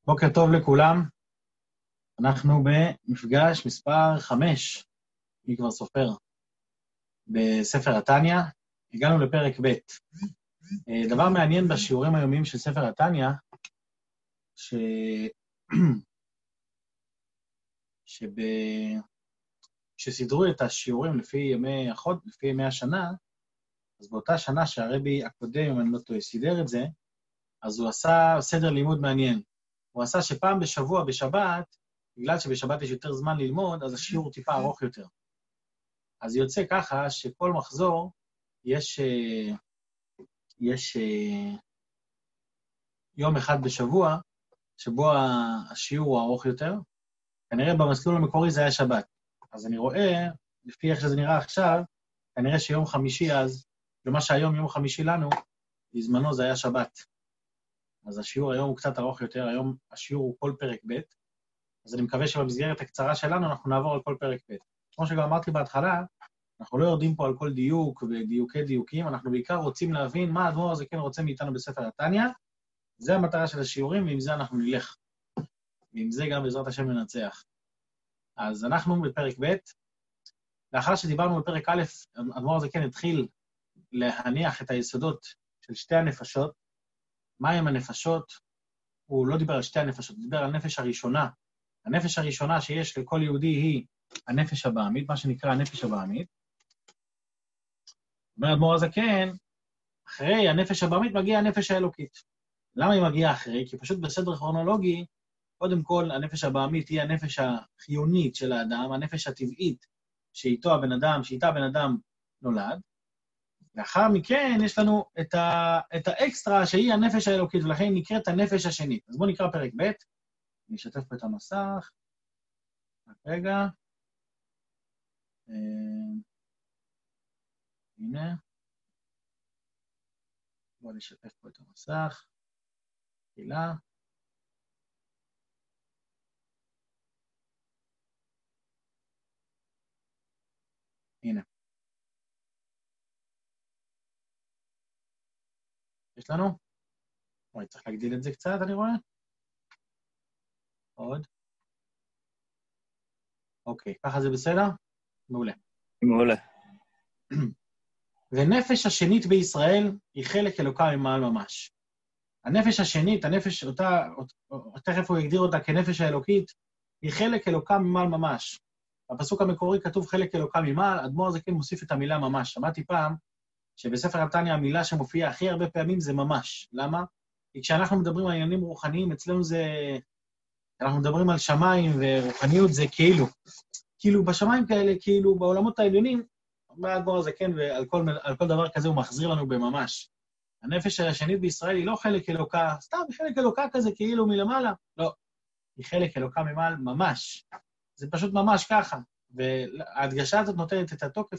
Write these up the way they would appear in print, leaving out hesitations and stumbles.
בוקר טוב לכולם, אנחנו במפגש מספר 5, מי כבר סופר, בספר התניא, הגענו לפרק ב'. דבר מעניין בשיעורים היומיים של ספר התניא, שסידרו את השיעורים לפי ימי השנה, אז באותה שנה שהרבי הקודם, אם אני לא טועה, סידר את זה, אז הוא עשה סדר לימוד מעניין. הוא עשה שפעם בשבוע בשבת, בגלל שבשבת יש יותר זמן ללמוד, אז השיעור טיפה ארוך יותר. אז יוצא ככה שכל מחזור יש יום אחד בשבוע, שבו השיעור הוא ארוך יותר. כנראה במסלול המקורי זה היה שבת. אז אני רואה, לפי איך שזה נראה עכשיו, כנראה שיום חמישי אז, ומה שהיום יום חמישי לנו, בזמנו זה היה שבת. אז השיעור היום הוא קצת ארוך יותר, היום השיעור הוא כל פרק ב', אז אני מקווה שבמסגרת הקצרה שלנו אנחנו נעבור על כל פרק ב'. כמו שגם אמרתי בהתחלה, אנחנו לא יורדים פה על כל דיוק ודיוקי דיוקים, אנחנו בעיקר רוצים להבין מה האדמו"ר הזה כן רוצה מאיתנו בספר התניא, זה המטרה של השיעורים, ועם זה אנחנו נלך. ועם זה גם בעזרת השם ננצח. אז אנחנו בפרק ב', לאחר שדיברנו בפרק א', האדמו"ר הזה כן התחיל להניח את היסודות של שתי הנפשות. מה הם הנפשות? הוא לא דיבר על שתי הנפשות, הוא דיבר על הנפש הראשונה. הנפש הראשונה שיש לכל יהודי היא הנפש הבעמית, מה שנקרא הנפש הבעמית. אומר האדמו"ר הזה כן, אחרי הנפש הבעמית מגיעה הנפש האלוקית. למה היא מגיעה אחרי? כי פשוט בסדר כרונולוגי, קודם כל הנפש הבעמית היא הנפש החיונית של האדם, הנפש הטבעית שאיתה הבן אדם נולד. לאחר מכן יש לנו את האקסטרה שהיא הנפש האלוקית, ולכן היא נקראת הנפש השנית. אז בואו נקרא פרק ב', אני אשתף פה את המסך. רגע. הנה. בואו נשתף פה את המסך. תחילה. הנה. יש לנו? אוי, צריך להגדיל את זה קצת, אני רואה. עוד. אוקיי, ככה זה בסדר? מעולה. מעולה. ונפש השנית בישראל היא חלק אלוקה ממעל ממש. הנפש השנית, הנפש אותה, תכף הוא יגדיר אותה כנפש האלוקית, היא חלק אלוקה ממעל ממש. בפסוק המקורי כתוב חלק אלוקה ממעל, האדמו"ר הזה כן מוסיף את המילה ממש. שמעתי פעם שבספר התניא המילה שמופיעה הכי הרבה פעמים זה ממש. למה? כי כשאנחנו מדברים על עניינים רוחניים, אצלנו זה... אנחנו מדברים על שמיים ורוחניות זה כאילו בשמיים כאלה, כאילו בעולמות העליונים, האדמו"ר הזה כן, ועל כל דבר כזה הוא מחזיר לנו בממש. הנפש השנית בישראל היא לא חלק אלוקה, סתם היא חלק אלוקה כזה כאילו מלמעלה, לא. היא חלק אלוקה ממעל ממש. זה פשוט ממש ככה. וההדגשה הזאת נותנת את התוקף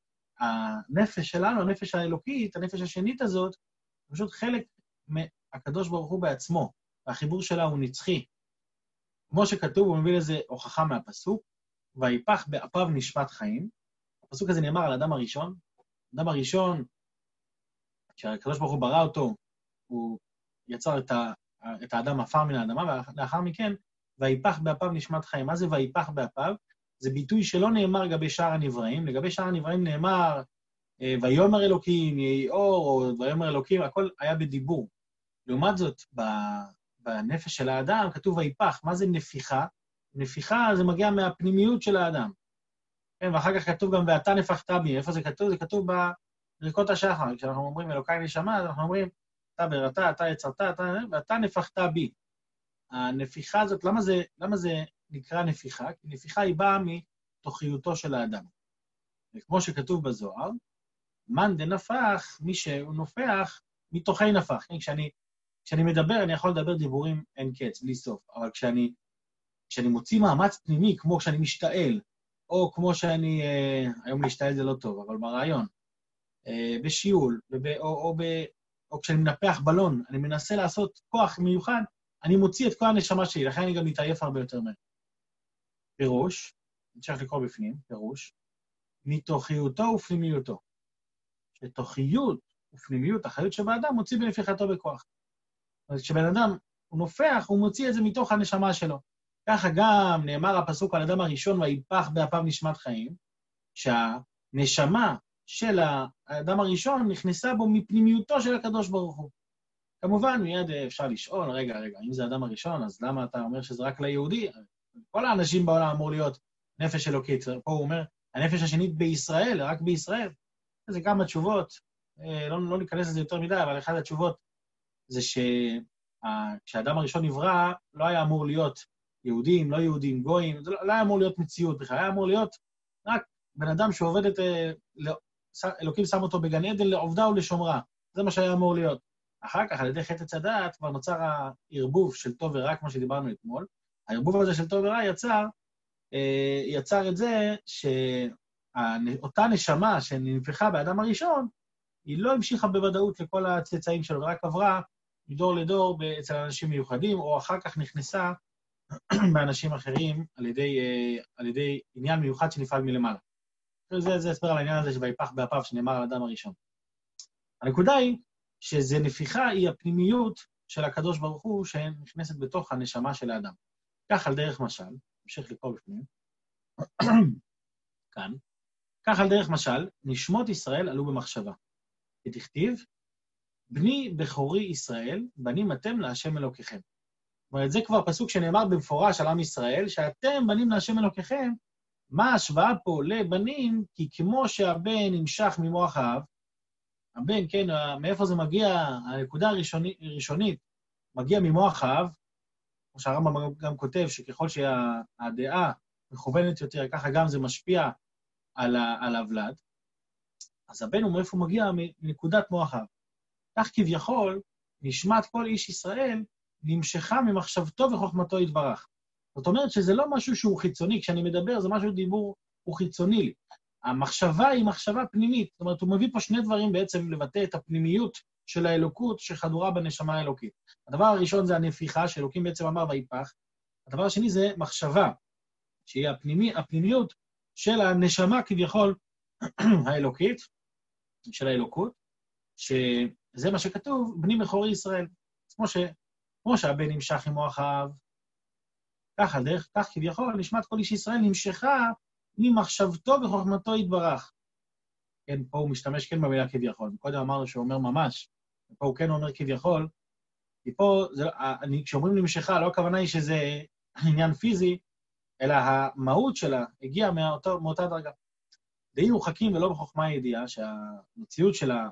שהנפש שלנו, הנפש האלוקית, הנפש השנית הזאת, פשוט חלק מהקדוש ברוך הוא בעצמו, והחיבור שלה הוא נצחי. כמו שכתוב, הוא מביא לזה הוכחה מהפסוק, ויפח באפיו נשמת חיים. הפסוק הזה נאמר על האדם הראשון. האדם הראשון, כשהקדוש ברוך הוא ברא אותו, הוא יצר את האדם עפר מן האדמה, ולאחר מכן, ויפח באפיו נשמת חיים. מה זה ויפח באפיו? זה ביטוי שלא נאמר לגבי שאר הנבראים. לגבי שאר הנבראים נאמר, ויאמר אלוקים, יהי אור, או ויאמר אלוקים, הכל היה בדיבור. לעומת זאת, בנפש של האדם כתוב ויפח. מה זה נפיחה? נפיחה זה מגיע מהפנימיות של האדם. כן, ואחר כך כתוב גם ואתה נפחת בי. איפה זה כתוב? זה כתוב בברכות השחר. כשאנחנו אומרים אלוקיי נשמה, אנחנו אומרים אתה בראתה, אתה יצרת, ואתה נפחת בי. הנפיחה הזאת, למה זה נקרא נפיחה? כי נפיחה היא באה מתוכיותו של האדם. וכמו שכתוב בזוהר, מן דנפח, מי שהוא נופח, מתוכי נפח. כן, כשאני מדבר, אני יכול לדבר דיבורים אין קץ, בלי סוף. אבל כשאני מוציא מאמץ פנימי, כמו כשאני משתעל, או כמו שאני, היום להשתעל זה לא טוב, אבל ברעיון, בשיעול, או כשאני מנפח בלון, אני מנסה לעשות כוח מיוחד, אני מוציא את כל הנשמה שלי, לכן אני גם מתעייף הרבה יותר מהר. פירוש, נצטרך לקרוא בפנים, פירוש, מתוכיותו ופנימיותו. שתוכיות ופנימיות, החיות שבאדם, מוציא בנפיחתו בכוח. אז כשבן אדם הוא נופח, הוא מוציא את זה מתוך הנשמה שלו. ככה גם נאמר הפסוק על אדם הראשון, ויפח באפיו נשמת חיים, שהנשמה של האדם הראשון נכנסה בו מפנימיותו של הקדוש ברוך הוא. כמובן, מיד אפשר לשאול, רגע, אם זה האדם הראשון, אז למה אתה אומר שזה רק ליהודי? כל האנשים בעולם אמור להיות נפש אלוקית. פה הוא אומר, הנפש השנית בישראל, רק בישראל. זה כמה תשובות, לא ניכנס לזה יותר מדי, אבל אחת התשובות זה כשהאדם הראשון נברא, לא היה אמור להיות יהודים, לא יהודים, גויים, זה לא היה אמור להיות מציאות בכלל, היה אמור להיות רק בן אדם שעובד אלוקים שם אותו בגן עדן לעובדה ולשומרה. זה מה שהיה אמור להיות. אחר כך, על ידי חטא עץ הדעת, כבר נוצר הערבוב של טוב ורע, כמו שדיברנו אתמול. הערבוב הזה של טוב ורע יצר את זה שאותה נשמה שננפחה באדם הראשון, היא לא המשיכה בוודאות לכל הצאצאים שלו, ורק עברה מדור לדור אצל אנשים מיוחדים, או אחר כך נכנסה באנשים אחרים על ידי עניין מיוחד שנפעל מלמעלה. זה הסבר על העניין הזה שויפח באפיו שנאמר על האדם הראשון. הנקודה היא שזה נפיחה היא הפנימיות של הקדוש ברוך הוא שנכנסת בתוך הנשמה של האדם. כך על דרך משל, נמשיך לקרוא בפנים, כאן, כך על דרך משל, נשמות ישראל עלו במחשבה. כתכתיב, בני בכורי ישראל, בנים אתם להשם אלוקיכם. זאת אומרת, זה כבר פסוק שנאמר במפורש על עם ישראל, שאתם בנים להשם אלוקיכם, מה ההשוואה פה לבנים? כי כמו שהבן נמשך ממוח האב, הבן, כן, מאיפה זה מגיע, הנקודה הראשונית, מגיע ממוח האב, כמו שהרמב"ם גם כותב, שככל שהדעה מכוונת יותר, ככה גם זה משפיע על הוולד, אז הבן הוא מאיפה מגיע מנקודת מוח האב. כך כביכול, נשמת כל איש ישראל נמשכה ממחשבתו וחוכמתו יתברך. זאת אומרת שזה לא משהו שהוא חיצוני, כשאני מדבר זה משהו דיבור הוא חיצוני לי. המחשבה היא מחשבה פנימית, זאת אומרת הוא מביא פה שני דברים בעצם לבטא את הפנימיות של האלוקות שחדורה בנשמה האלוקית. הדבר הראשון זה הנפיחה, שאלוקים בעצם אמר ויפח. הדבר השני זה מחשבה, שהיא הפנימיות של הנשמה כביכול האלוקית, של האלוקות, שזה מה שכתוב, בני בכורי ישראל. כמו שהבן נמשך עם מוח האב, כך כביכול נשמת כל איש ישראל נמשכה ממחשבתו וחוכמתו יתברך. כן, פה הוא משתמש כן במילה כביכול. קודם אמרנו שהוא אומר ממש, ופה הוא כן אומר כביכול, כי פה, כשאומרים נמשכה, לא הכוונה היא שזה עניין פיזי, אלא המהות שלה הגיעה מאותה דרגה. דהי הוא חכים ולא בחוכמה ידיעה, שהמציאות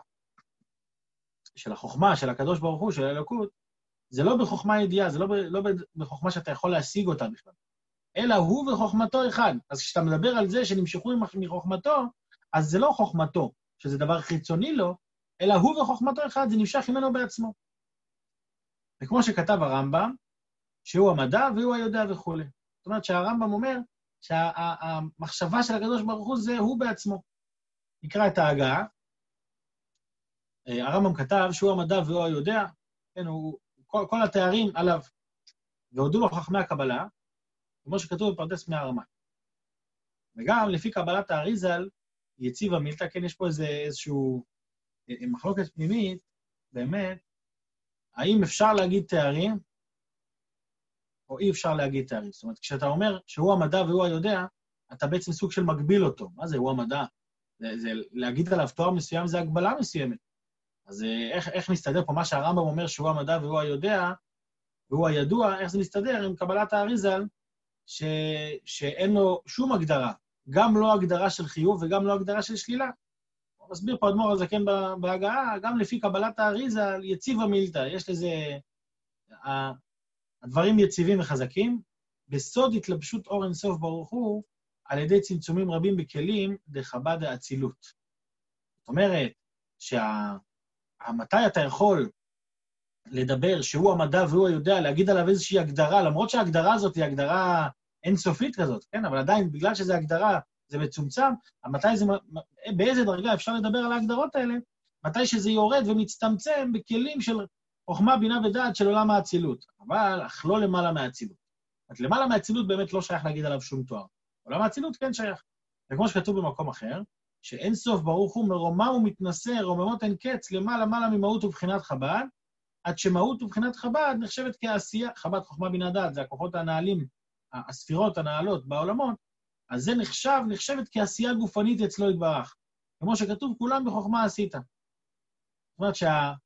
של החוכמה, של הקדוש ברוך הוא, של האלוקות, זה לא בחוכמה ידיעה, זה לא בחוכמה שאתה יכול להשיג אותה בכלל. אלא הוא וחוכמתו אחד. אז כשאתה מדבר על זה שנמשכו מחוכמתו, אז זה לא חוכמתו, שזה דבר חיצוני לו, אלא הוא וחוכמתו אחד, זה נמשך ממנו בעצמו. וכמו שכתב הרמב"ם, שהוא המדע והוא היודע וכו'. זאת אומרת שהרמב"ם אומר שהמחשבה של הקדוש ברוך הוא זה הוא בעצמו. נקרא את ההגעה. הרמב"ם כתב שהוא המדע והוא היודע, כן, כל התארים עליו, והודו לו חכמי הקבלה, כמו שכתוב בפרדס מהרמ"א. וגם לפי קבלת האריז"ל, יציב המילתא, כן, יש פה איזשהו מחלוקת פנימית, באמת, האם אפשר להגיד תארים, או אי אפשר להגיד תארים. זאת אומרת, כשאתה אומר שהוא המדע והוא היודע, אתה בעצם סוג של מגביל אותו. מה זה, הוא המדע? זה להגיד עליו תואר מסוים, זה הגבלה מסוימת. אז איך מסתדר פה מה שהרמב"ם אומר שהוא המדע והוא היודע, והוא הידוע, איך זה מסתדר עם קבלת האריז"ל, שאין לו שום הגדרה, גם לא הגדרה של חיוב וגם לא הגדרה של שלילה. הוא מסביר פה אדמו"ר הזקן בהגעה, גם לפי קבלת האריז"ל, יציב המילתא, יש לזה, הדברים יציבים וחזקים, בסוד התלבשות אור אינסוף ברוך הוא, על ידי צמצומים רבים בכלים, דחב"ד האצילות. זאת אומרת, מתי אתה יכול לדבר שהוא המדע והוא היודע, להגיד עליו איזושהי הגדרה, למרות שההגדרה הזאת היא הגדרה אינסופית כזאת, כן? אבל עדיין, בגלל שזו הגדרה, זה מצומצם, באיזה דרגה אפשר לדבר על ההגדרות האלה? מתי שזה יורד ומצטמצם בכלים של חוכמה, בינה ודעת של עולם האצילות. אבל, אך לא למעלה מהאצילות. למעלה מהאצילות באמת לא שייך להגיד עליו שום תואר. עולם האצילות כן שייך. וכמו שכתוב במקום אחר, שאין סוף ברוך הוא מרומה ומתנשא, רוממות אין קץ, למעלה ממהות ובחינת חב"ד, עד שמהות ובחינת חב"ד נחשבת כעשייה, חב"ד חוכמה בינה דעת, זה הכוחות הנעלים, הספירות הנעלות בעולמות, אז זה נחשבת כעשייה גופנית אצלו יתברך. כמו שכתוב, כולם בחוכמה עשית. זאת אומרת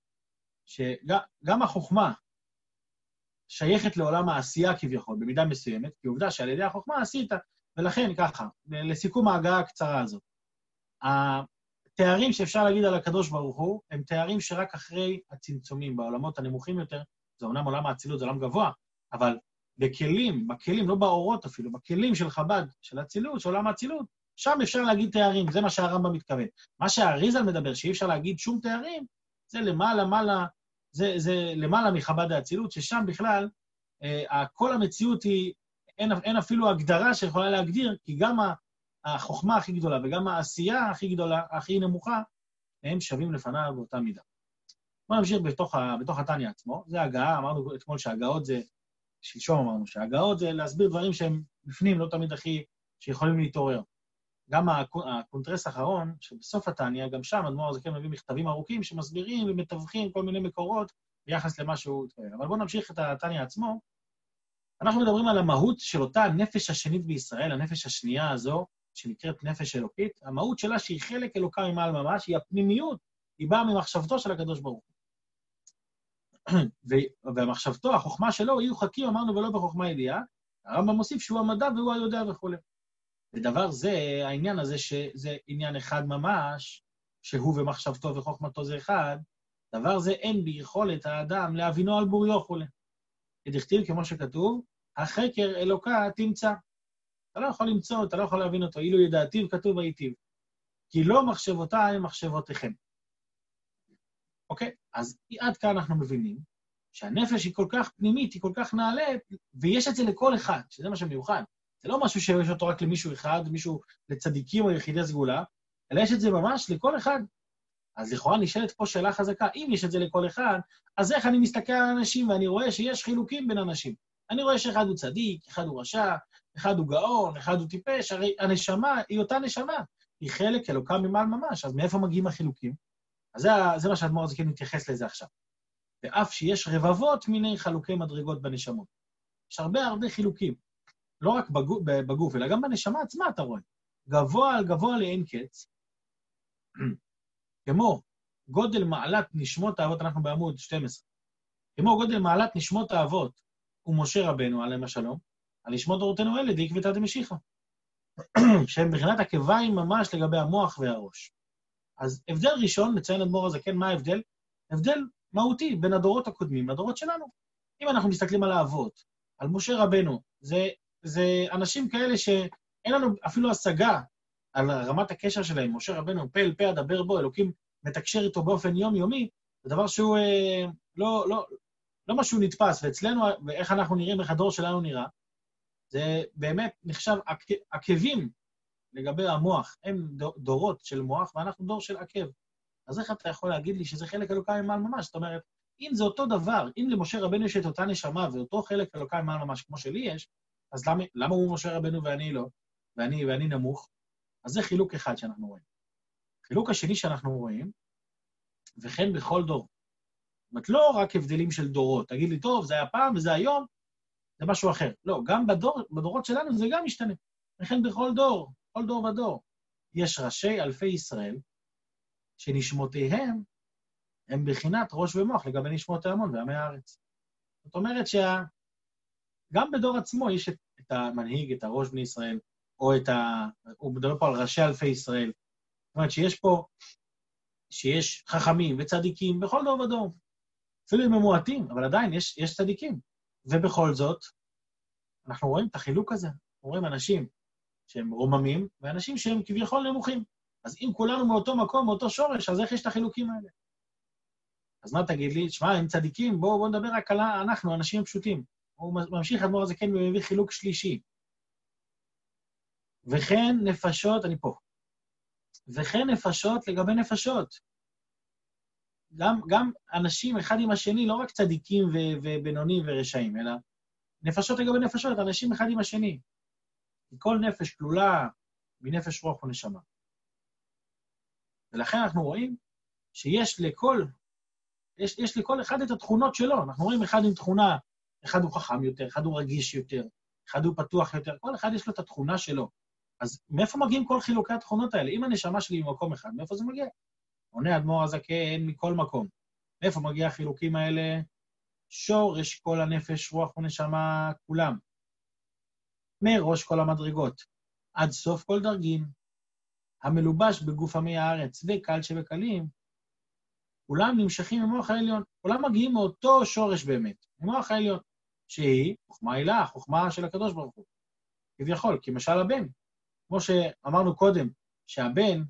שגם החוכמה שייכת לעולם העשייה כביכול, במידה מסוימת, כי עובדה שעל ידי החוכמה עשית, ולכן ככה, לסיכום ההגעה הקצרה הזאת. התארים שאפשר להגיד על הקדוש ברוך הוא, הם תארים שרק אחרי הצמצומים, בעולמות הנמוכים יותר, זה אומנם עולם האצילות, זה עולם גבוה, אבל בכלים, לא באורות אפילו, בכלים של חב"ד, של האצילות, של עולם האצילות, שם אפשר להגיד תארים, זה מה שהרמב"ם מתכוון. מה שהאריז"ל מדבר, שאי אפשר להגיד שום תארים, זה למעלה מחב"ד האצילות, ששם בכלל, כל המציאות היא, אין אפילו הגדרה שיכולה להגדיר, כי גם החוכמה הכי גדולה וגם העשייה הכי גדולה, הכי נמוכה, הם שווים לפניו באותה מידה. בואו נמשיך בתוך התניא עצמו. זה הגעה, אמרנו אתמול שהגעות זה, שלשום אמרנו שהגעות זה להסביר דברים שהם בפנים, לא תמיד הכי שיכולים להתעורר. גם הקונטרס האחרון, שבסוף התניא, גם שם אדמו"ר הזקן מביא מכתבים ארוכים שמסבירים ומתווכים כל מיני מקורות ביחס למה שהוא התאר. אבל בואו נמשיך את התניא עצמו. אנחנו מדברים על המהות של אותה הנפש השנית בישראל, הנפש השנייה הזו, שנקראת נפש אלוקית. המהות שלה שהיא חלק אלוקה ממעל ממש, היא הפנימיות, היא באה ממחשבתו של הקדוש ברוך הוא. והמחשבתו, החוכמה שלו, יהיו חכים, אמרנו, ולא בחוכמה ידיעה. הרמב"ם מוסיף שהוא המדע והוא היודע וכו'. ודבר זה, העניין הזה שזה עניין אחד ממש, שהוא ומחשבתו וחוכמתו זה אחד, דבר זה אין ביכולת האדם להבינו על בוריו וכו'. כדכתיב, כמו שכתוב, החקר אלוקה תמצא. אתה לא יכול למצוא, אתה לא יכול להבין אותו, אילו ידעתיו כתוב והיטיב. כי לא מחשבותיי מחשבותיכם. אוקיי? אז עד כאן אנחנו מבינים שהנפש היא כל כך פנימית, היא כל כך נעלית, ויש את זה לכל אחד, שזה מה שמיוחד. זה לא משהו שיש אותו רק למישהו אחד, מישהו לצדיקים או יחידי סגולה, אלא יש את זה ממש לכל אחד. אז לכאורה נשאלת פה שאלה חזקה, אם יש את זה לכל אחד, אז איך אני מסתכל על אנשים ואני רואה שיש חילוקים בין אנשים? אני רואה שאחד הוא צדיק, אחד הוא רשע, אחד הוא גאון, אחד הוא טיפש, הרי הנשמה היא אותה נשמה, היא חלק אלוקה ממעל ממש, אז מאיפה מגיעים החילוקים? אז זה מה שאדמו"ר הזקן מתייחס לזה עכשיו. ואף שיש רבבות מיני חלוקי מדרגות בנשמות. יש הרבה חילוקים, לא רק בגוף, אלא גם בנשמה עצמה אתה רואה. גבוה על גבוה לאין קץ, כמו גודל מעלת נשמות האבות, אנחנו בעמוד 12, כמו גודל מעלת נשמות האבות, ומשה רבנו, עליהם השלום, על נשמות דורותינו אלה, דעקבתא דמשיחא, שהם בחינת עקביים ממש לגבי המוח והראש. אז הבדל ראשון, מציין אדמו"ר הזקן, מה ההבדל? הבדל מהותי בין הדורות הקודמים לדורות שלנו. אם אנחנו מסתכלים על האבות, על משה רבנו, זה אנשים כאלה שאין לנו אפילו השגה על רמת הקשר שלהם. משה רבנו, פה אל פה אדבר בו, אלוקים מתקשר איתו באופן יומיומי, זה דבר שהוא לא משהו נתפס, ואצלנו, ואיך אנחנו נראים, איך הדור שלנו נראה, זה באמת נחשב עקבים לגבי המוח. הם דורות של מוח, ואנחנו דור של עקב. אז איך אתה יכול להגיד לי שזה חלק אלוקה ממעל ממש? זאת אומרת, אם זה אותו דבר, אם למשה רבנו יש את אותה נשמה, ואותו חלק אלוקה ממעל ממש, כמו שלי יש, אז למה הוא משה רבנו ואני לא? ואני נמוך? אז זה חילוק אחד שאנחנו רואים. חילוק השני שאנחנו רואים, וכן בכל דור. זאת אומרת, לא רק הבדלים של דורות. תגיד לי, טוב, זה היה פעם וזה היום, זה משהו אחר. לא, גם בדורות שלנו זה גם משתנה. וכן בכל דור, כל דור ודור. יש ראשי אלפי ישראל, שנשמותיהם הם בחינת ראש ומוח לגבי נשמות ההמון ועמי הארץ. זאת אומרת גם בדור עצמו יש את המנהיג, את הראש בני ישראל, או הוא מדבר פה על ראשי אלפי ישראל. זאת אומרת שיש חכמים וצדיקים בכל דור ודור. אפילו אם הם מועטים, אבל עדיין יש צדיקים. ובכל זאת, אנחנו רואים את החילוק הזה. אנחנו רואים אנשים שהם רוממים, ואנשים שהם כביכול נמוכים. אז אם כולנו מאותו מקום, מאותו שורש, אז איך יש את החילוקים האלה? אז מה תגיד לי? תשמע, הם צדיקים, בואו נדבר רק על אנחנו, אנשים פשוטים. הוא ממשיך אדמו"ר הזקן ומביא חילוק שלישי. וכן נפשות, אני פה. וכן נפשות לגבי נפשות. גם אנשים אחד עם השני, לא רק צדיקים ובינונים ורשעים, אלא נפשות לגבי נפשות, אנשים אחד עם השני. כל נפש כלולה מנפש רוח ונשמה. ולכן אנחנו רואים שיש לכל יש לכל אחד את התכונות שלו. אנחנו רואים אחד עם תכונה, אחד הוא חכם יותר, אחד הוא רגיש יותר, אחד הוא פתוח יותר, כל אחד יש לו את התכונה שלו. אז מאיפה מגיעים כל חילוקי התכונות האלה? אם הנשמה שלי במקום אחד, מאיפה זה מגיע? עונה אדמו"ר הזקן מכל מקום. מאיפה מגיע החילוקים האלה? שורש כל הנפש, רוח ונשמה, כולם. מראש כל המדרגות, עד סוף כל דרגים, המלובש בגוף עמי הארץ וקל שבקלים, כולם נמשכים ממוח העליון, כולם מגיעים מאותו שורש באמת, ממוח העליון, שהיא חוכמה הילה, חוכמה של הקדוש ברוך הוא. כביכול, כמשל הבן. כמו שאמרנו קודם, שהבן,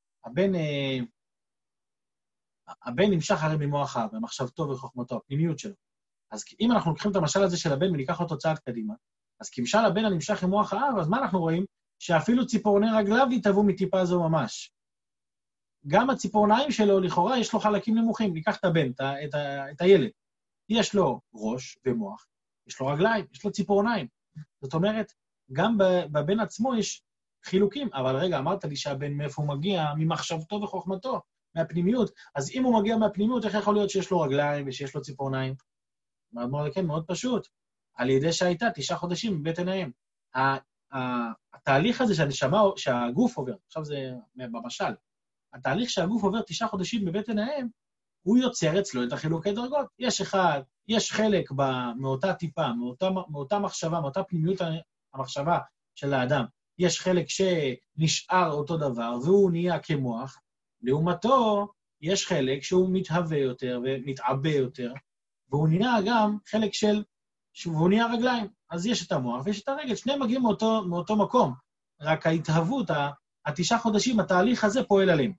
הבן נמשך הרי ממוח האב, במחשבתו וחוכמתו, הפנימיות שלו. אז אם אנחנו לוקחים את המשל הזה של הבן וניקח אותו צעד קדימה, אז כמשל הבן הנמשך ממוח האב, אז מה אנחנו רואים? שאפילו ציפורני רגליו יתהוו מטיפה זו ממש. גם הציפורניים שלו, לכאורה, יש לו חלקים נמוכים. ניקח את הבן, את הילד. יש לו ראש ומוח, יש לו רגליים, יש לו ציפורניים. זאת אומרת, גם בבן עצמו יש חילוקים, אבל רגע, אמרת לי שהבן מאיפה הוא מגיע? ממחשבתו וחוכמתו, מהפנימיות. אז אם הוא מגיע מהפנימיות, איך יכול להיות שיש לו רגליים ושיש לו ציפורניים? כן, מאוד פשוט. על ידי שהייתה 9 חודשים בבטן האם. התהליך הזה שהגוף עובר, עכשיו זה במשל, התהליך שהגוף עובר 9 חודשים בבטן האם, הוא יוצר אצלו את החילוקי דרגות. יש חלק מאותה טיפה, מאותה מחשבה, מאותה פנימיות המחשבה של האדם, יש חלק שנשאר אותו דבר, והוא נהיה כמוח, לעומתו יש חלק שהוא מתהווה יותר ומתעבה יותר, והוא נהיה גם חלק והוא נהיה רגליים. אז יש את המוח ויש את הרגל, שניהם מגיעים מאותו מקום, רק ההתהוות, 9 חודשים, התהליך הזה פועל עליהם.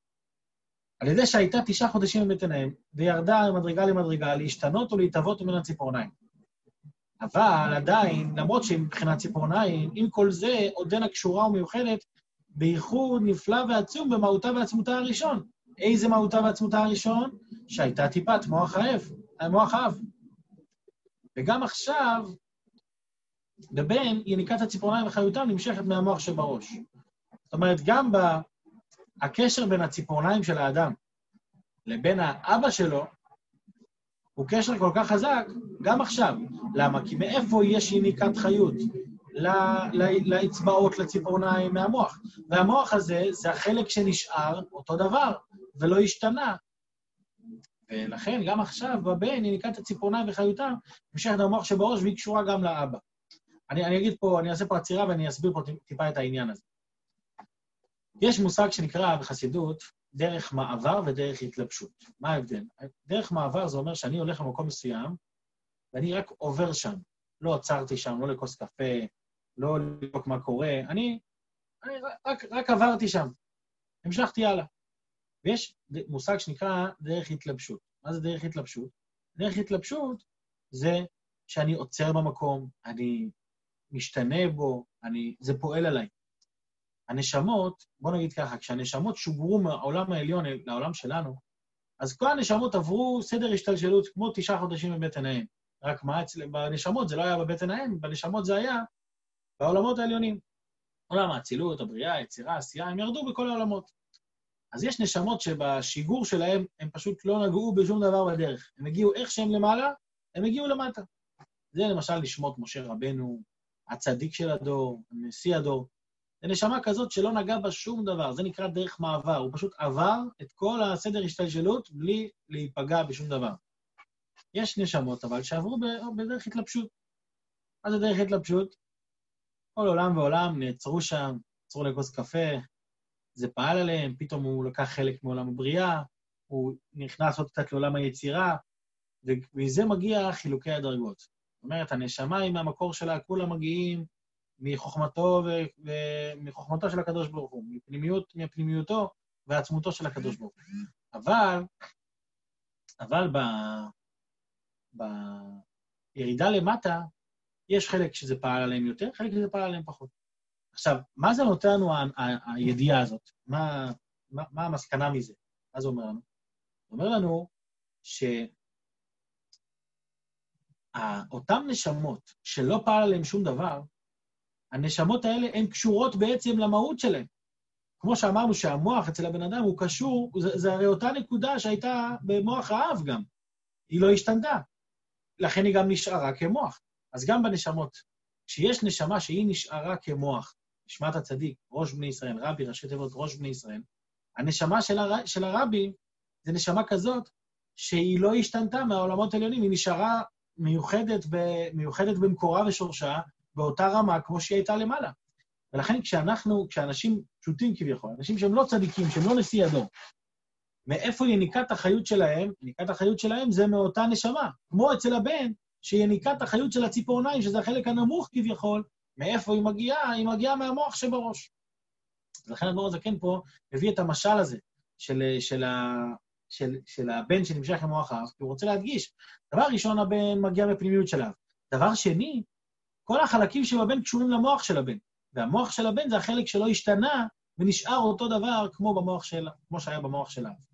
על ידי שהייתה 9 חודשים בבטן האם, וירדה ממדרגה למדרגה, להשתנות או להתהוות מן הציפורניים. אבל עדיין, למרות שמבחינת ציפורניים, עם כל זה עודנה קשורה ומיוחדת, בייחוד נפלא ועצום במהותה ועצמותה הראשון. איזה מהותה ועצמותה הראשון? שהייתה טיפת מוח האב. וגם עכשיו, בבן, יניקת הציפורניים וחיותם נמשכת מהמוח שבראש. זאת אומרת, גם הקשר בין הציפורניים של האדם לבין האבא שלו, הוא קשר כל כך חזק, גם עכשיו. למה? כי מאיפה יש יניקת חיות? לאצבעות, לציפורניים, מהמוח. והמוח הזה, זה החלק שנשאר אותו דבר, ולא השתנה. ולכן, גם עכשיו, בבן, יניקת הציפורניים וחיותם, נמשכת המוח שבראש, והיא קשורה גם לאבא. אני אעשה פה עצירה ואני אסביר פה טיפה את העניין הזה. יש מושג שנקרא בחסידות, דרך מעבר ודרך התלבשות. מה ההבדל? דרך מעבר זה אומר שאני הולך למקום מסוים, ואני רק עובר שם. לא עצרתי שם, לא לכוס קפה, לא לבדוק מה קורה. אני רק עברתי שם. המשכתי הלאה. ויש מושג שנקרא דרך התלבשות. מה זה דרך התלבשות? דרך התלבשות זה שאני עוצר במקום, אני משתנה בו, זה פועל עליי. הנשמות, בוא נגיד ככה, כשהנשמות שוגרו מהעולם העליון לעולם שלנו, אז כל הנשמות עברו סדר השתלשלות כמו 9 חודשים בבטן האם. רק מה, בנשמות זה לא היה בבטן האם, בנשמות זה היה בעולמות העליונים. עולם האצילות, הבריאה, היצירה, העשייה, הם ירדו בכל העולמות. אז יש נשמות שבשיגור שלהם הם פשוט לא נגעו בשום דבר בדרך. הם הגיעו איך שהם למעלה, הם הגיעו למטה. זה למשל נשמות משה רבנו, הצדיק של הדור, נשיא הדור. זה נשמה כזאת שלא נגע בה שום דבר, זה נקרא דרך מעבר, הוא פשוט עבר את כל הסדר השתלשלות בלי להיפגע בשום דבר. יש נשמות אבל שעברו בדרך התלבשות. מה זה דרך התלבשות? כל עולם ועולם נעצרו שם, נעצרו לכוס קפה, זה פעל עליהם, פתאום הוא לקח חלק מעולם הבריאה, הוא נכנס עוד קצת לעולם היצירה, ומזה מגיע חילוקי הדרגות. זאת אומרת, הנשמה עם המקור שלה, כולם מגיעים מחוכמתו של הקדוש ברוך הוא, מפנימיותו ועצמותו של הקדוש ברוך הוא. אבל בירידה למטה, יש חלק שזה פעל עליהם יותר, חלק שזה פעל עליהם פחות. עכשיו, מה זה נותן לנו הידיעה הזאת? מה המסקנה מזה? מה זה אומר לנו? זה אומר לנו שאותן נשמות שלא פעל עליהם שום דבר, הנשמות האלה הן קשורות בעצם למהות שלהן. כמו שאמרנו שהמוח אצל הבן אדם הוא קשור, זה הרי אותה נקודה שהייתה במוח האב גם. היא לא השתנתה. לכן היא גם נשארה כמוח. אז גם בנשמות, כשיש נשמה שהיא נשארה כמוח, נשמת הצדיק, ראש בני ישראל, רבי, ראשי תיבות ראש בני ישראל, הנשמה של הרבי זה נשמה כזאת שהיא לא השתנתה מהעולמות העליונים, היא נשארה מיוחדת במקורה ושורשה, באותה רמה כמו שהיא הייתה למעלה. ולכן כשאנשים פשוטים כביכול, אנשים שהם לא צדיקים, שהם לא נשיא הדור, מאיפה יניקת החיות שלהם? יניקת החיות שלהם זה מאותה נשמה. כמו אצל הבן, שיניקת החיות של הציפורניים, שזה החלק הנמוך כביכול, מאיפה היא מגיעה? היא מגיעה מהמוח שבראש. ולכן הדבר הזה כן פה מביא את המשל הזה של הבן שנמשך למוח האב, כי הוא רוצה להדגיש. דבר ראשון, הבן מגיע בפנימיות של האב. דבר שני, כל החלקים של הבן קשורים למוח של הבן. והמוח של הבן זה החלק שלא השתנה, ונשאר אותו דבר כמו שהיה במוח של האב.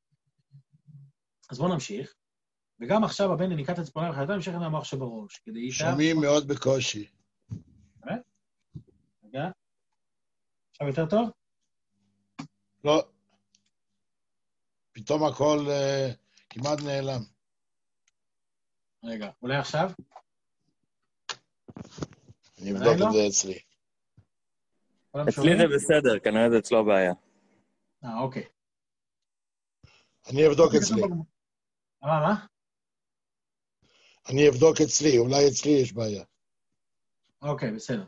אז בואו נמשיך. וגם עכשיו הבן ניקת הציפורניים וחייתו נמשך מהמוח שבראש. שומעים מאוד בקושי. באמת? רגע. עכשיו יותר טוב? לא. פתאום הכל כמעט נעלם. רגע, אולי עכשיו? אני אבדוק את זה אצלי. אצלי זה בסדר, כנראה זה אצלו בעיה. אוקיי. אני אבדוק אצלי. מה? אני אבדוק אצלי, אולי אצלי יש בעיה. אוקיי, בסדר.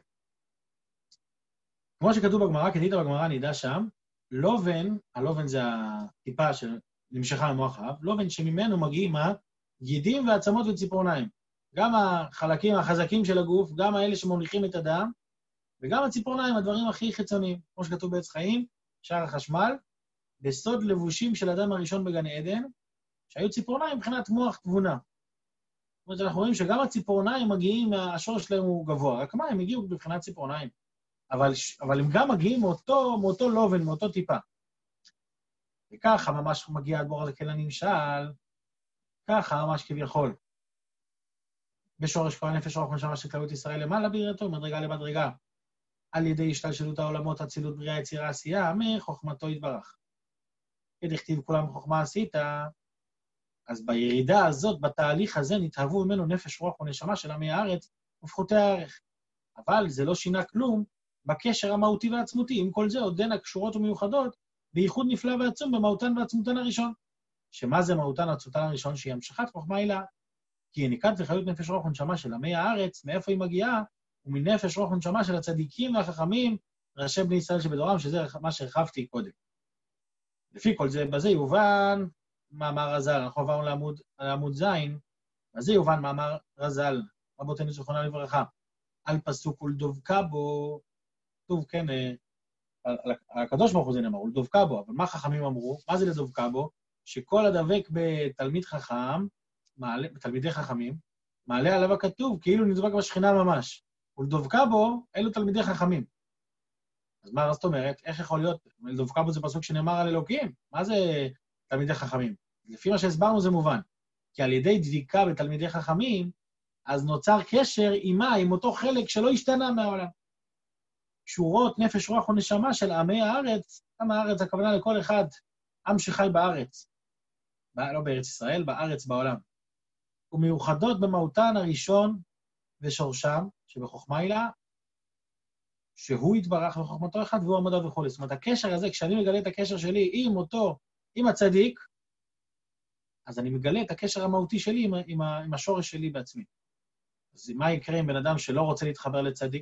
כמו שכתוב בגמרא, כתית בגמרא נדע שם, לובן, הלובן זה הטיפה שנמשכה למוח האב, לובן שממנו מגיעים הגידים והעצמות וציפורניים. גם החלקים החזקים של הגוף, גם האלה שמוליכים את הדם, וגם הציפורניים, הדברים הכי חיצוניים. כמו שכתוב בעץ חיים, שער החשמל, בסוד לבושים של אדם הראשון בגן עדן, שהיו ציפורניים מבחינת מוח תבונה. זאת אומרת, אנחנו רואים שגם הציפורניים מגיעים, השורש שלהם הוא גבוה, רק מה, הם הגיעו מבחינת ציפורניים. אבל הם גם מגיעים מאותו לובן, מאותו טיפה. וככה ממש מגיע הדבור הזה כן הנמשל, ככה ממש כביכול. בשורש כל הנפש רוח נשמה של כללות ישראל למעלה בריאתו, מדרגה למדרגה. על ידי השתלשלות העולמות, אצילות בריאה, יצירה, עשייה, מחוכמתו יתברך. כדכתיב כולם חוכמה עשית, אז בירידה הזאת, בתהליך הזה, נתהוו ממנו נפש רוח ונשמה של עמי הארץ ופחותי הערך. אבל זה לא שינה כלום בקשר המהותי והעצמותי. עם כל זה עודנה קשורות ומיוחדות, בייחוד נפלא ועצום במהותן ועצמותן הראשון. שמה זה מהותן ועצמותן הראשון? שהיא המשכת חוכמה הילה. כי יניקת וחיות נפש רוח ונשמה של עמי הארץ, מאיפה היא מגיעה? ומנפש רוח ונשמה של הצדיקים והחכמים, ראשי בני ישראל שבדורם, שזה מה שהרחבתי קודם. לפי כל זה, בזה יובן מאמר רז"ל, אנחנו עברנו לעמוד זין, בזה יובן מאמר רז"ל, רבותינו זיכרונם לברכה, על פסוק ולדבקה בו, כתוב, כן, הקדוש ברוך הוא זה נאמר, ולדבקה בו, אבל מה חכמים אמרו? מה זה לדבקה בו? שכל הדבק בתלמיד חכם, בתלמידי חכמים, מעלה עליו הכתוב, כאילו נדבק בשכינה ממש. ולדבקה בו, אלו תלמידי חכמים. אז מה זאת אומרת? איך יכול להיות? לדבקה בו זה פסוק שנאמר על אלוקים. מה זה תלמידי חכמים? לפי מה שהסברנו זה מובן. כי על ידי דביקה בתלמידי חכמים, אז נוצר קשר עם אותו חלק שלא השתנה מהעולם. שורות נפש רוח ונשמה של עמי הארץ, עם הארץ הכוונה לכל אחד, עם שחי בארץ. לא בארץ ישראל, בארץ, בעולם. ומיוחדות במהותן הראשון ושורשם, שבחוכמה הילה, שהוא יתברך בחוכמתו אחד והוא עמדו וכו'. זאת אומרת, הקשר הזה, כשאני מגלה את הקשר שלי עם הצדיק, אז אני מגלה את הקשר המהותי שלי עם השורש שלי בעצמי. אז מה יקרה עם בן אדם שלא רוצה להתחבר לצדיק?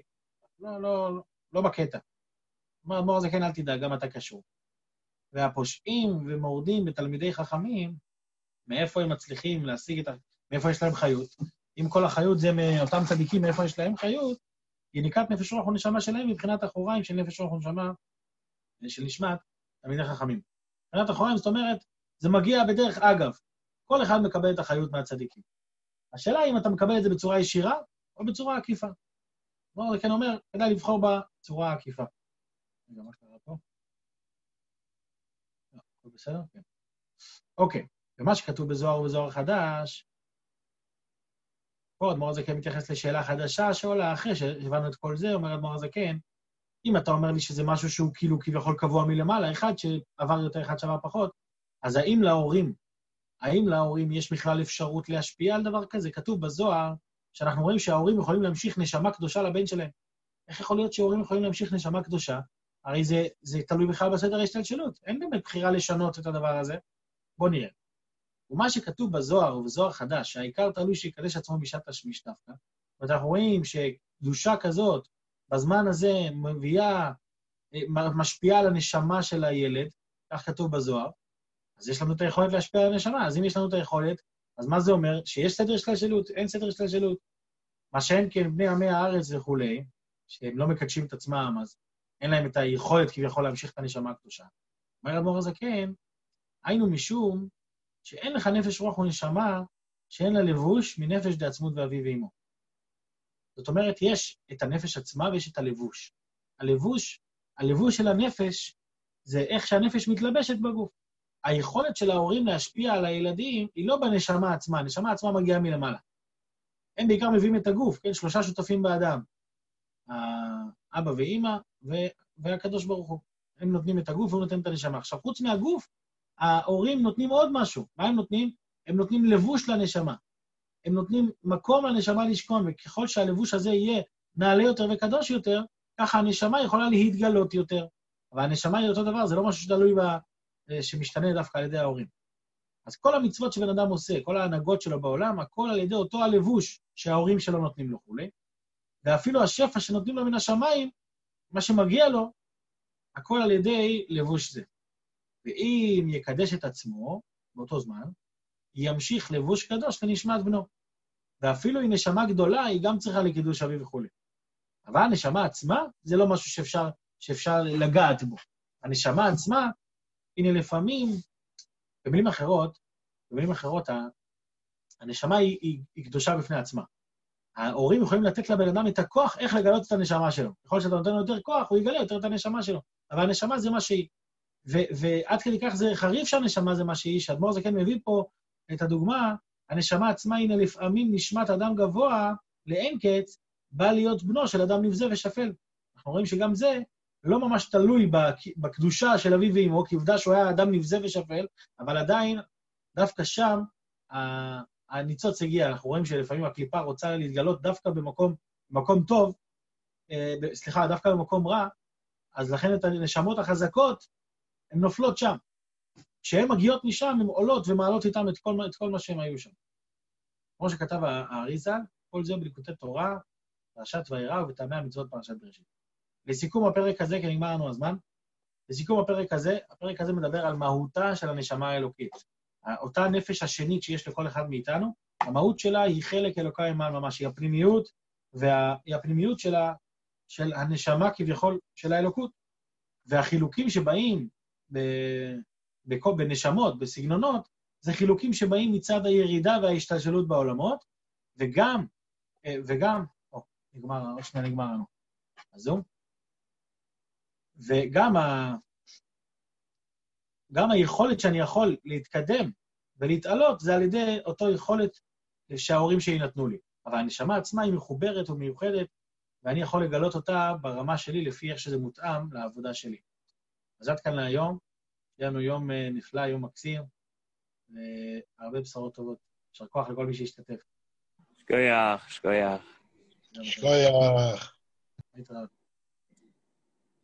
לא בקטע. אומר זה כן, אל תדאג, גם אתה קשור. והפושעים ומורדים בתלמידי חכמים, מאיפה הם מצליחים להשיג מאיפה יש להם חיות? אם כל החיות זה מאותם צדיקים, מאיפה יש להם חיות, יניקת נפש רוח ונשמה שלהם מבחינת אחוריים של נפש רוח ונשמה של נשמת תלמידי חכמים. מבחינת אחוריים, זאת אומרת, זה מגיע בדרך אגב. כל אחד מקבל את החיות מהצדיקים. השאלה היא אם אתה מקבל את זה בצורה ישירה או בצורה עקיפה. זה כן אומר, כדאי לבחור בצורה עקיפה. רגע, מה קרה פה? הכל בסדר? כן. אוקיי, ומה שכתוב בזוהר ובזוהר חדש, פה אדמו"ר הזקן מתייחס לשאלה חדשה שעולה אחרי שהבנו את כל זה, אומר אדמו"ר הזקן, אם אתה אומר לי שזה משהו שהוא כאילו כביכול קבוע מלמעלה, אחד שעבר יותר, אחד שעבר פחות, אז האם להורים יש בכלל אפשרות להשפיע על דבר כזה? כתוב בזוהר שאנחנו רואים שההורים יכולים להמשיך נשמה קדושה לבן שלהם. איך יכול להיות שההורים יכולים להמשיך נשמה קדושה? הרי זה תלוי בכלל בסדר ההשתלשלות. אין באמת בחירה לשנות את הדבר הזה. בוא נראה. ומה שכתוב בזוהר ובזוהר חדש, שהעיקר תלוי שיקדש עצמו בשעת השמיש דווקא, ואנחנו רואים שקדושה כזאת בזמן הזה משפיעה על הנשמה של הילד, כך כתוב בזוהר, אז יש לנו את היכולת להשפיע על הנשמה. אז אם יש לנו את היכולת, אז מה זה אומר? שיש סדר השתלשלות, אין סדר השתלשלות. מה שאין כן בני עמי הארץ וכולי, שהם לא מקדשים את עצמם, אז אין להם את היכולת כביכול להמשיך את הנשמה הקדושה. אומר אדמו"ר הזקן, היינו משום שאין לך נפש רוח ונשמה, שאין לה לבוש מנפש דעצמות ואביו ואמו. זאת אומרת, יש את הנפש עצמה ויש את הלבוש. הלבוש של הנפש זה איך שהנפש מתלבשת בגוף. היכולת של ההורים להשפיע על הילדים היא לא בנשמה עצמה, הנשמה עצמה מגיעה מלמעלה. הם בעיקר מביאים את הגוף, כן? 3 שותפים באדם. האבא ואמא והקדוש ברוך הוא. הם נותנים את הגוף והוא נותן את הנשמה. עכשיו, חוץ מהגוף, ההורים נותנים עוד משהו. מה הם נותנים? הם נותנים לבוש לנשמה. הם נותנים מקום לנשמה לשכון, וככל שהלבוש הזה יהיה נעלה יותר וקדוש יותר, ככה הנשמה יכולה להתגלות יותר. אבל הנשמה היא אותו דבר, זה לא משהו שתלוי שמשתנה דווקא על ידי ההורים. אז כל המצוות שבן אדם עושה, כל ההנהגות שלו בעולם, הכל על ידי אותו הלבוש שההורים שלו נותנים לו כולי, ואפילו השפע שנותנים לו מן השמיים, מה שמגיע לו, הכל על ידי לבוש זה. ואם יקדש את עצמו, באותו זמן, ימשיך לבוש קדוש לנשמת בנו. ואפילו אם נשמה גדולה, היא גם צריכה לקידוש אביו וכו'. אבל הנשמה עצמה, זה לא משהו שאפשר לגעת בו. הנשמה עצמה, הנה לפעמים, במילים אחרות, הנשמה היא קדושה בפני עצמה. ההורים יכולים לתת לבן אדם את הכוח איך לגלות את הנשמה שלו. ככל שאתה נותן לו יותר כוח, הוא יגלה יותר את הנשמה שלו. אבל הנשמה זה מה שהיא. ועד כדי כך זה חריף שהנשמה זה מה שהיא, שאדמו"ר הזקן מביא פה את הדוגמה, הנשמה עצמה הנה לפעמים נשמת אדם גבוה, לאין קץ, בא להיות בנו של אדם נבזה ושפל. אנחנו רואים שגם זה לא ממש תלוי בקדושה של אביו ואמו, כי עובדה שהוא היה אדם נבזה ושפל, אבל עדיין, דווקא שם, הניצוץ הגיע. אנחנו רואים שלפעמים הקליפה רוצה להתגלות דווקא במקום טוב, דווקא במקום רע, אז לכן את הנשמות החזקות, הן נופלות שם. כשהן מגיעות משם, הן עולות ומעלות איתן את כל מה שהן היו שם. כמו שכתב האריז"ל, כל זה בליקוטי תורה, פרשת וירא ובטעמי המצוות פרשת בראשית. לסיכום הפרק הזה, כי נגמר לנו הזמן, לסיכום הפרק הזה מדבר על מהותה של הנשמה האלוקית. אותה נפש השנית שיש לכל אחד מאיתנו, המהות שלה היא חלק אלוקאי ממש, היא הפנימיות, והיא הפנימיות של הנשמה כביכול של האלוקות. והחילוקים שבאים בנשמות, בסגנונות, זה חילוקים שבאים מצד הירידה וההשתלשלות בעולמות, וגם, עוד שנייה נגמר לנו. הזום. וגם גם היכולת שאני יכול להתקדם ולהתעלות, זה על ידי אותו יכולת שההורים שלי נתנו לי. אבל הנשמה עצמה היא מחוברת ומיוחדת, ואני יכול לגלות אותה ברמה שלי, לפי איך שזה מותאם לעבודה שלי. אז עד כאן להיום, יהיה לנו יום נפלא, יום מקסים, והרבה בשורות טובות. יישר כוח לכל מי שהשתתף. שכוייח. שכוייח. להתראות.